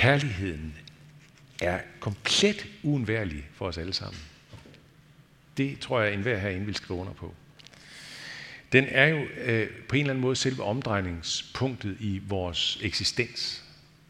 kærligheden er komplet uundværlig for os alle sammen. Det tror jeg, enhver herinde vil skrive under på. Den er jo på en eller anden måde selve omdrejningspunktet i vores eksistens.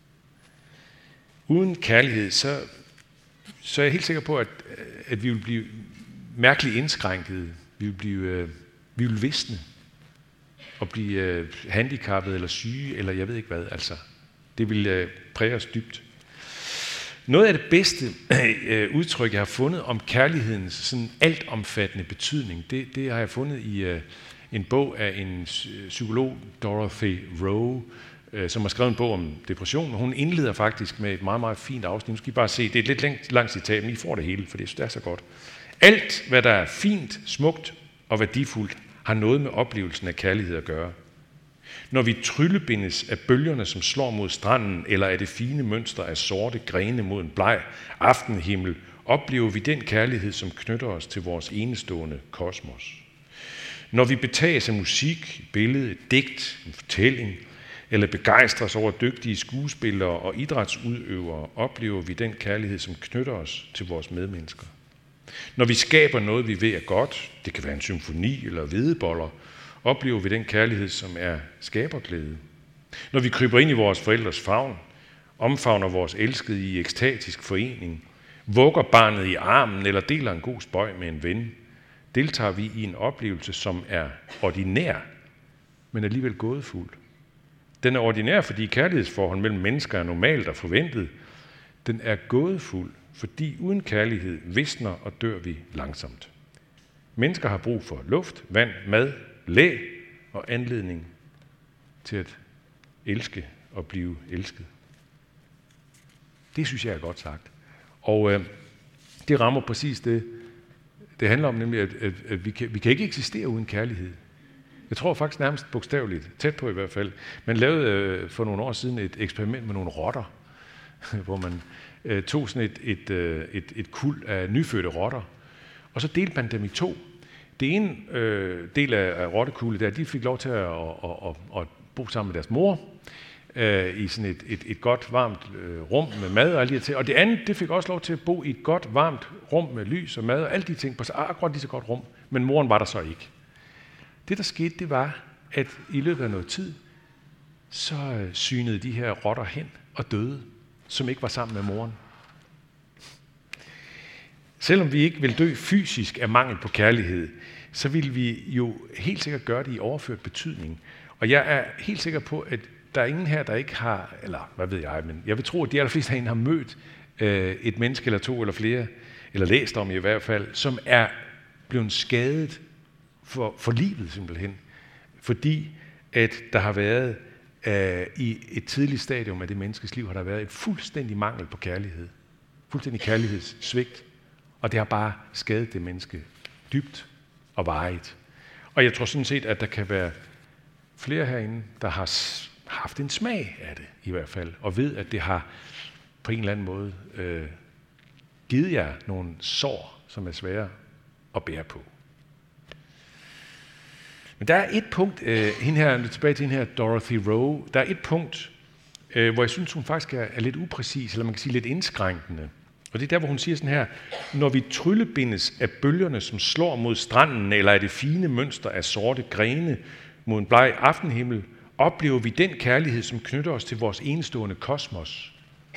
Uden kærlighed, så er jeg helt sikker på, at vi vil blive mærkeligt indskrænket. Vi vil visne og blive handicappet eller syge, eller jeg ved ikke hvad. Altså, det vil præge os dybt. Noget af det bedste udtryk, jeg har fundet om kærlighedens sådan altomfattende betydning, det har jeg fundet i en bog af en psykolog, Dorothy Rowe, som har skrevet en bog om depression. Hun indleder faktisk med et meget, meget fint afsnit. Nu skal I bare se, det er et lidt langt citat, men I får det hele, for det er så godt. Alt, hvad der er fint, smukt og værdifuldt, har noget med oplevelsen af kærlighed at gøre. Når vi tryllebindes af bølgerne, som slår mod stranden, eller af det fine mønster af sorte grene mod en bleg aftenhimmel, oplever vi den kærlighed, som knytter os til vores enestående kosmos. Når vi betages af musik, billede, digt, en fortælling, eller begejstres over dygtige skuespillere og idrætsudøvere, oplever vi den kærlighed, som knytter os til vores medmennesker. Når vi skaber noget, vi ved er godt, det kan være en symfoni eller hvedeboller, oplever vi den kærlighed, som er skaberglæde. Når vi kryber ind i vores forældres favn, omfavner vores elskede i ekstatisk forening, vugger barnet i armen eller deler en god spøg med en ven, deltager vi i en oplevelse, som er ordinær, men alligevel gådefuld. Den er ordinær, fordi kærlighedsforhold mellem mennesker er normalt og forventet. Den er gådefuld, fordi uden kærlighed visner og dør vi langsomt. Mennesker har brug for luft, vand, mad, læ og anledning til at elske og blive elsket. Det synes jeg er godt sagt. Og det rammer præcis det handler om, nemlig at vi kan ikke eksistere uden kærlighed. Jeg tror faktisk nærmest bogstaveligt, tæt på i hvert fald. Man lavede for nogle år siden et eksperiment med nogle rotter, hvor man tog sådan et kuld af nyfødte rotter, og så delte man dem i to. Det ene del af rottekuldet der, de fik lov til at bo sammen med deres mor i sådan et godt, varmt rum med mad og alle de her ting. Og det andet, det fik også lov til at bo i et godt, varmt rum med lys og mad og alle de ting på akkurat lige så godt rum. Men moren var der så ikke. Det, der skete, det var, at i løbet af noget tid, så synede de her rotter hen og døde, som ikke var sammen med moren. Selvom vi ikke vil dø fysisk af mangel på kærlighed, så vil vi jo helt sikkert gøre det i overført betydning. Og jeg er helt sikker på, at der er ingen her, der ikke har, eller hvad ved jeg, men jeg vil tro, at de allerfleste herinde har mødt et menneske eller to eller flere, eller læst om i hvert fald, som er blevet skadet for livet simpelthen. Fordi at der har været i et tidligt stadium af det menneskes liv, har der været et fuldstændig mangel på kærlighed. Fuldstændig kærlighedssvigt. Og det har bare skadet det menneske dybt og varigt. Og jeg tror sådan set, at der kan være flere herinde, der har haft en smag af det i hvert fald, og ved, at det har på en eller anden måde givet jer nogle sår, som er svære at bære på. Men der er et punkt, tilbage til hende her Dorothy Rowe, der er et punkt, hvor jeg synes, hun faktisk er lidt upræcis, eller man kan sige lidt indskrænkende. Og det er der, hvor hun siger sådan her: når vi tryllebindes af bølgerne, som slår mod stranden, eller af det fine mønster af sorte grene mod en bleg aftenhimmel, oplever vi den kærlighed, som knytter os til vores enestående kosmos.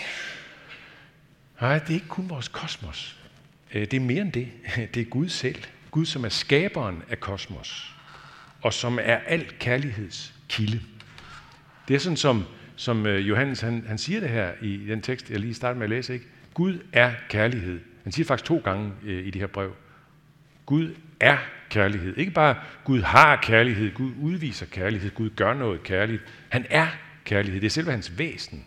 Nej, det er ikke kun vores kosmos. Det er mere end det. Det er Gud selv. Gud, som er skaberen af kosmos, og som er al kærligheds kilde. Det er sådan, som Johannes han siger det her i den tekst, jeg lige startede med at læse, ikke? Gud er kærlighed. Han siger faktisk 2 gange i det her brev. Gud er kærlighed. Ikke bare Gud har kærlighed, Gud udviser kærlighed, Gud gør noget kærligt. Han er kærlighed. Det er selve hans væsen.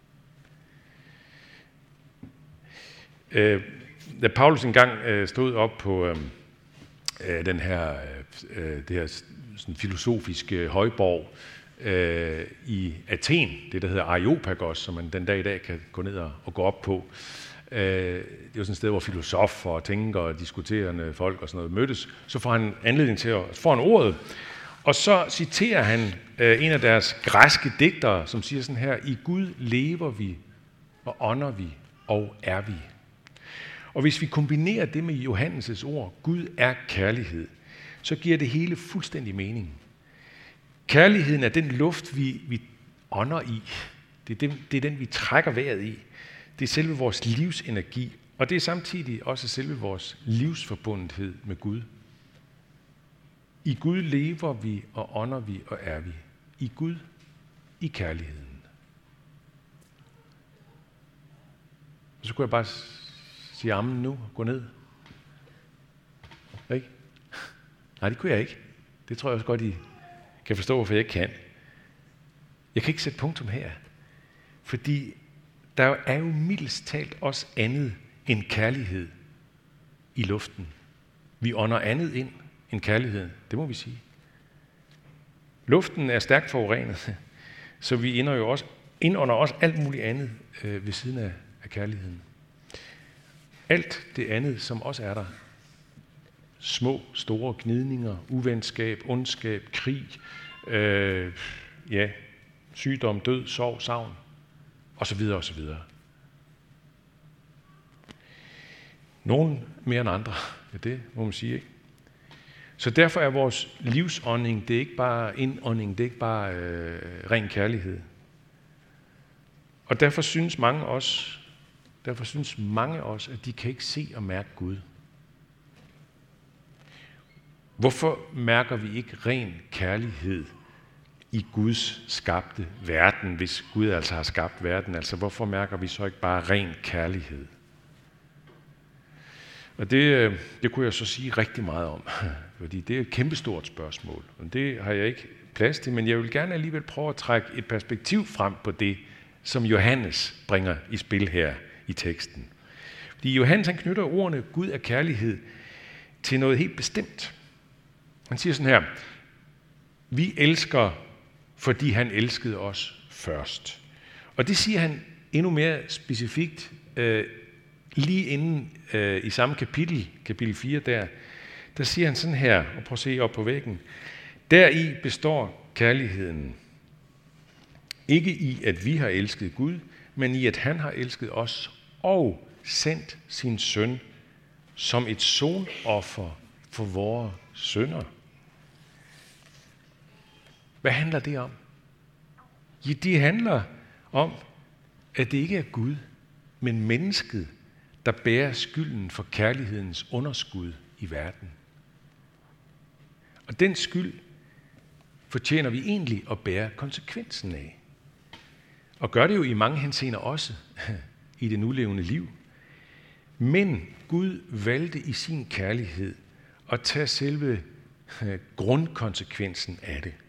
Da Paulus engang stod op på det her sådan filosofiske højborg i Athen, det der hedder Areopagos, som man den dag i dag kan gå ned og gå op på. Det er jo sådan et sted, hvor filosofer og tænkere og diskuterende folk og sådan noget mødtes. Så får han anledning til at få ordet, og så citerer han en af deres græske digtere, som siger sådan her: i Gud lever vi og ånder vi, og er vi. Og hvis vi kombinerer det med Johannes' ord, Gud er kærlighed, så giver det hele fuldstændig mening. Kærligheden er den luft, vi ånder i. Det er den, vi trækker vejret i. Det er selve vores livsenergi, og det er samtidig også selve vores livsforbundethed med Gud. I Gud lever vi, og ånder vi, og er vi. I Gud, i kærligheden. Og så kunne jeg bare sige amen nu, gå ned. Ikke? Nej, det kunne jeg ikke. Det tror jeg også godt, I kan forstå, hvorfor jeg ikke kan. Jeg kan ikke sætte punktum her. Fordi der er jo mildest talt også andet end kærlighed i luften. Vi ånder andet ind end kærlighed, det må vi sige. Luften er stærkt forurenet, så vi indånder også alt muligt andet ved siden af kærligheden. Alt det andet, som også er der. Små, store gnidninger, uvenskab, ondskab, krig, sygdom, død, sorg, savn, osv. osv. Nogen mere end andre, ja, det må man sige, ikke? Så derfor er vores livsånding, det er ikke bare indånding, det er ikke bare ren kærlighed. Og derfor synes mange også, at de kan ikke se og mærke Gud. Hvorfor mærker vi ikke ren kærlighed i Guds skabte verden, hvis Gud altså har skabt verden? Altså hvorfor mærker vi så ikke bare ren kærlighed? Og det kunne jeg så sige rigtig meget om, fordi det er et kæmpestort spørgsmål. Og det har jeg ikke plads til, men jeg vil gerne alligevel prøve at trække et perspektiv frem på det, som Johannes bringer i spil her i teksten. Fordi Johannes han knytter ordene Gud er kærlighed til noget helt bestemt. Han siger sådan her: vi elsker, fordi han elskede os først. Og det siger han endnu mere specifikt lige inden i samme kapitel 4 der siger han sådan her, og prøv at se op på væggen: deri består kærligheden. Ikke i, at vi har elsket Gud, men i, at han har elsket os og sendt sin søn som et sonoffer for vores synder. Hvad handler det om? Ja, det handler om, at det ikke er Gud, men mennesket, der bærer skylden for kærlighedens underskud i verden. Og den skyld fortjener vi egentlig at bære konsekvensen af. Og gør det jo i mange henseender også i det nulevende liv. Men Gud valgte i sin kærlighed at tage selve grundkonsekvensen af det.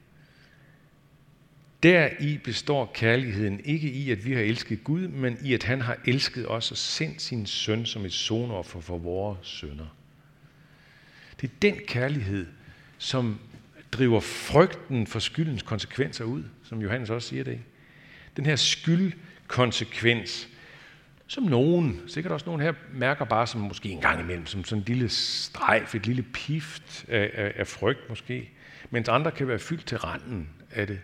Deri består kærligheden ikke i, at vi har elsket Gud, men i, at han har elsket os og sendt sin søn som et sonoffer for vores synder. Det er den kærlighed, som driver frygten for skyldens konsekvenser ud, som Johannes også siger det, ikke? Den her skyldkonsekvens, som nogen, sikkert også nogen her, mærker bare som måske en gang imellem, som sådan en lille strejf, et lille pift af frygt måske, mens andre kan være fyldt til randen af det.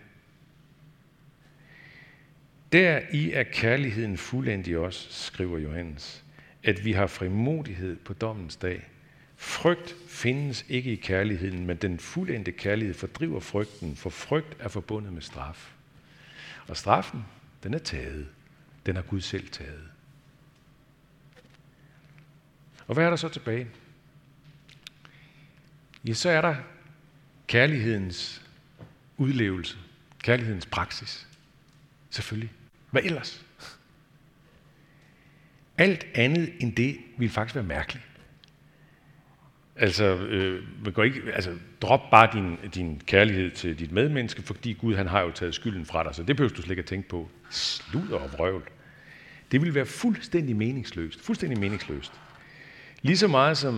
Deri er kærligheden fuldendt i os, skriver Johannes, at vi har frimodighed på dommens dag. Frygt findes ikke i kærligheden, men den fuldendte kærlighed fordriver frygten, for frygt er forbundet med straf. Og straffen, den er taget. Den har Gud selv taget. Og hvad er der så tilbage? Ja, så er der kærlighedens udlevelse, kærlighedens praksis. Selvfølgelig. Hvad ellers? Alt andet end det vil faktisk være mærkeligt. Drop bare din kærlighed til dit medmenneske, fordi Gud han har jo taget skylden fra dig, så det behøver du slet ikke at tænke på. Sludder og vrøvl. Det vil være fuldstændig meningsløst. Fuldstændig meningsløst. Lige så meget som,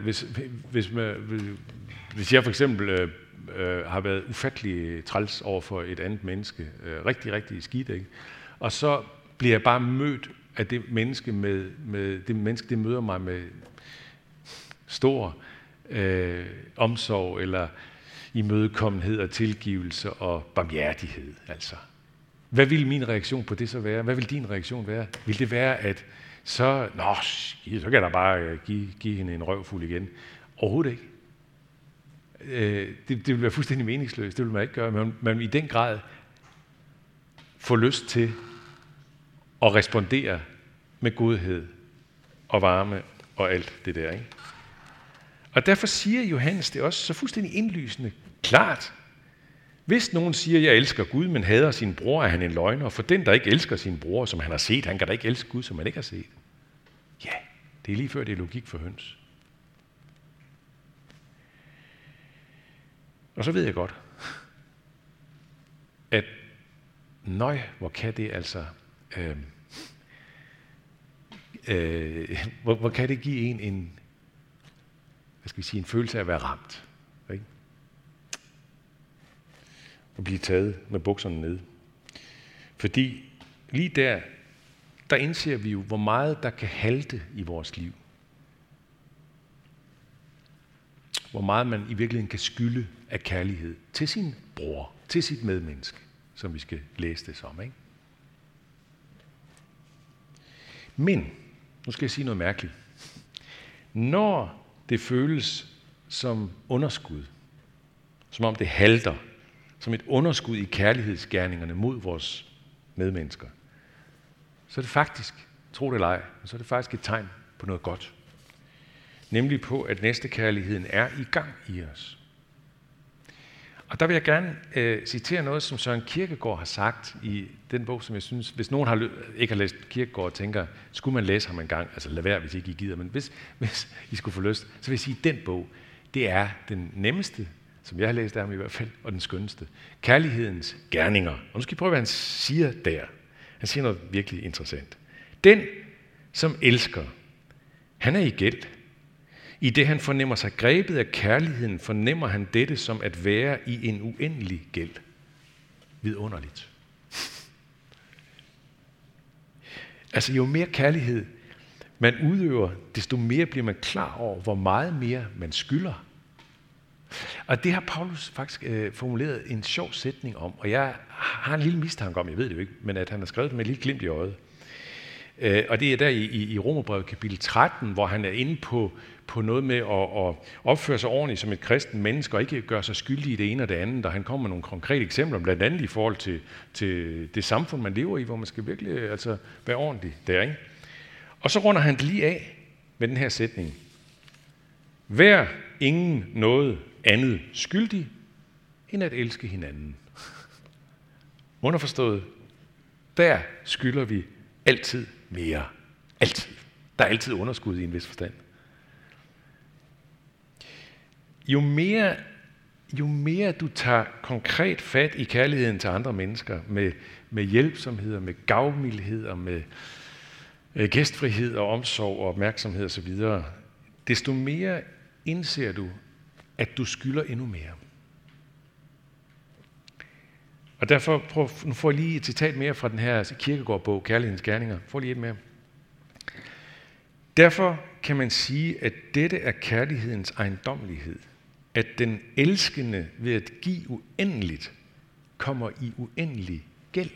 hvis jeg for eksempel har været ufattelig træls over for et andet menneske, rigtig, rigtig skidt, ikke? Og så bliver jeg bare mødt af det menneske, det møder mig med stor omsorg, eller imødekommenhed og tilgivelse og barmhjertighed. Altså. hvad vil min reaktion på det så være? Hvad vil din reaktion være? Vil det være, at så kan jeg da bare give hende en røvfuld igen? Overhovedet ikke. Det vil være fuldstændig meningsløst. Det vil man ikke gøre. Men man i den grad får lyst til at respondere med godhed og varme og alt det der, ikke? Og derfor siger Johannes det også så fuldstændig indlysende klart. Hvis nogen siger, jeg elsker Gud, men hader sin bror, er han en løgner. For den, der ikke elsker sin bror, som han har set, han kan da ikke elske Gud, som han ikke har set. Ja, det er lige før, det er logik for høns. Og så ved jeg godt, at hvor kan det altså, hvor kan det give en følelse af at være ramt, ikke? Og blive taget med bukserne nede. Fordi lige der indser vi jo, hvor meget der kan halte i vores liv. Hvor meget man i virkeligheden kan skylde af kærlighed til sin bror, til sit medmenneske, som vi skal læse det som, ikke? Men, nu skal jeg sige noget mærkeligt. Når det føles som underskud, som om det halter, som et underskud i kærlighedsgerningerne mod vores medmennesker, så er det faktisk, tro det eller ej, så er det faktisk et tegn på noget godt. Nemlig på, at næstekærligheden er i gang i os. Og der vil jeg gerne citere noget, som Søren Kierkegaard har sagt i den bog, som jeg synes, hvis nogen ikke har læst Kierkegaard og tænker, skulle man læse ham en gang, altså lad være, hvis ikke I gider, men hvis I skulle få lyst, så vil jeg sige, at den bog, det er den nemmeste, som jeg har læst af ham i hvert fald, og den skønneste. Kærlighedens gerninger. Og nu skal I prøve, hvad han siger der. Han siger noget virkelig interessant. Den, som elsker, han er i gæld. I det han fornemmer sig grebet af kærligheden, fornemmer han dette som at være i en uendelig gæld. Vidunderligt. Altså jo mere kærlighed man udøver, desto mere bliver man klar over, hvor meget mere man skylder. Og det har Paulus faktisk formuleret en sjov sætning om, og jeg har en lille mistanke om, jeg ved det jo ikke, men at han har skrevet det med et lille glimt i øjet. Og det er der i Romerbrevet kapitel 13, hvor han er inde på noget med at opføre sig ordentligt som et kristen menneske, og ikke gøre sig skyldig i det ene og det andet, og han kommer med nogle konkrete eksempler, blandt andet i forhold til det samfund, man lever i, hvor man skal virkelig altså være ordentlig der, ikke? Og så runder han det lige af med den her sætning. Vær ingen noget andet skyldig, end at elske hinanden. Underforstået, der skylder vi altid mere. Altid. Der er altid underskud i en vis forstand. Jo mere du tager konkret fat i kærligheden til andre mennesker, med hjælpsomhed, med gavmildhed og med gæstfrihed og omsorg og opmærksomhed osv., desto mere indser du, at du skylder endnu mere. Og derfor, nu får jeg lige et citat mere fra den her Kierkegaard-bog, Kærlighedens gerninger. Får lige et mere. Derfor kan man sige, at dette er kærlighedens ejendommelighed. At den elskende ved at give uendeligt, kommer i uendelig gæld.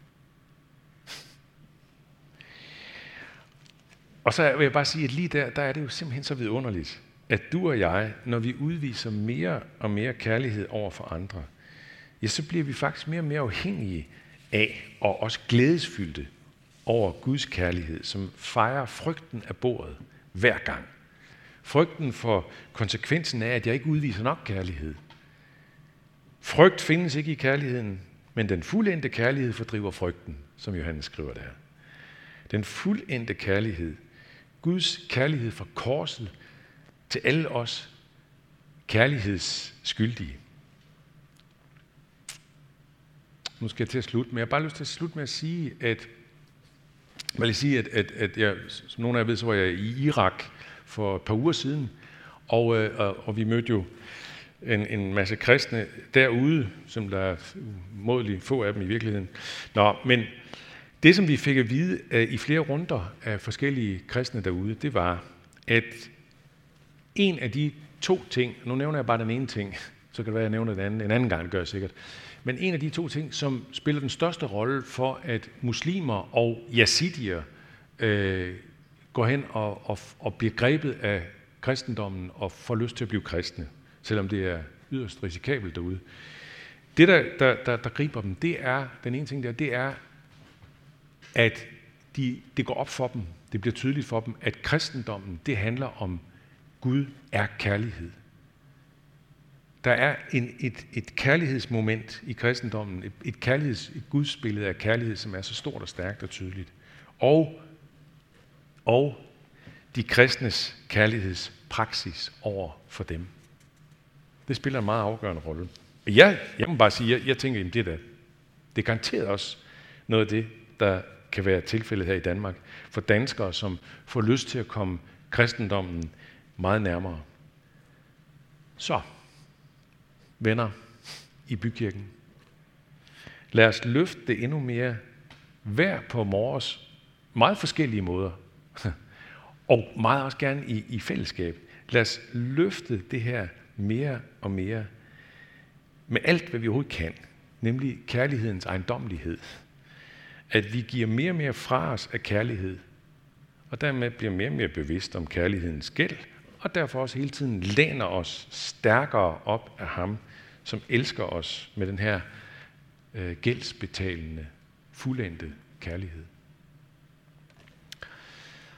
Og så vil jeg bare sige, at lige der er det jo simpelthen så vidunderligt, at du og jeg, når vi udviser mere og mere kærlighed over for andre, ja, så bliver vi faktisk mere og mere afhængige af, og også glædesfyldte over Guds kærlighed, som fejrer frygten af bordet hver gang. Frygten for konsekvensen af, at jeg ikke udviser nok kærlighed. Frygt findes ikke i kærligheden, men den fuldendte kærlighed fordriver frygten, som Johannes skriver der. Den fuldendte kærlighed, Guds kærlighed fra korset til alle os kærlighedsskyldige. Nu skal jeg til at slutte, men jeg har bare lyst til at slutte med at sige, at jeg, som nogle af jer ved, så var jeg i Irak for et par uger siden, og vi mødte jo en masse kristne derude, som der er umådeligt få af dem i virkeligheden. Men det, som vi fik at vide i flere runder af forskellige kristne derude, det var, at en af de to ting, nu nævner jeg bare den ene ting, så kan det være, at jeg nævner den anden, en anden gang, gør jeg sikkert, Men en af de to ting, som spiller den største rolle for, at muslimer og yazidier går hen og bliver grebet af kristendommen og får lyst til at blive kristne, selvom det er yderst risikabelt derude. Det, der griber dem, det er, den ene ting der, det er, at det går op for dem, det bliver tydeligt for dem, at kristendommen, det handler om, Gud er kærlighed. Der er et kærlighedsmoment i kristendommen, et gudsbillede af kærlighed, som er så stort og stærkt og tydeligt. Og de kristnes kærlighedspraksis over for dem. Det spiller en meget afgørende rolle. Jeg må bare sige, jeg tænker, at det er garanteret også noget af det, der kan være tilfældet her i Danmark, for danskere, som får lyst til at komme kristendommen meget nærmere. Så, venner i Bykirken, lad os løfte det endnu mere, hver på vores meget forskellige måder, og meget også gerne i fællesskab. Lad os løfte det her mere og mere, med alt, hvad vi overhovedet kan, nemlig kærlighedens ejendommelighed. At vi giver mere og mere fra os af kærlighed, og dermed bliver mere og mere bevidst om kærlighedens gæld, og derfor også hele tiden læner os stærkere op af ham, som elsker os med den her gældsbetalende, fuldendte kærlighed.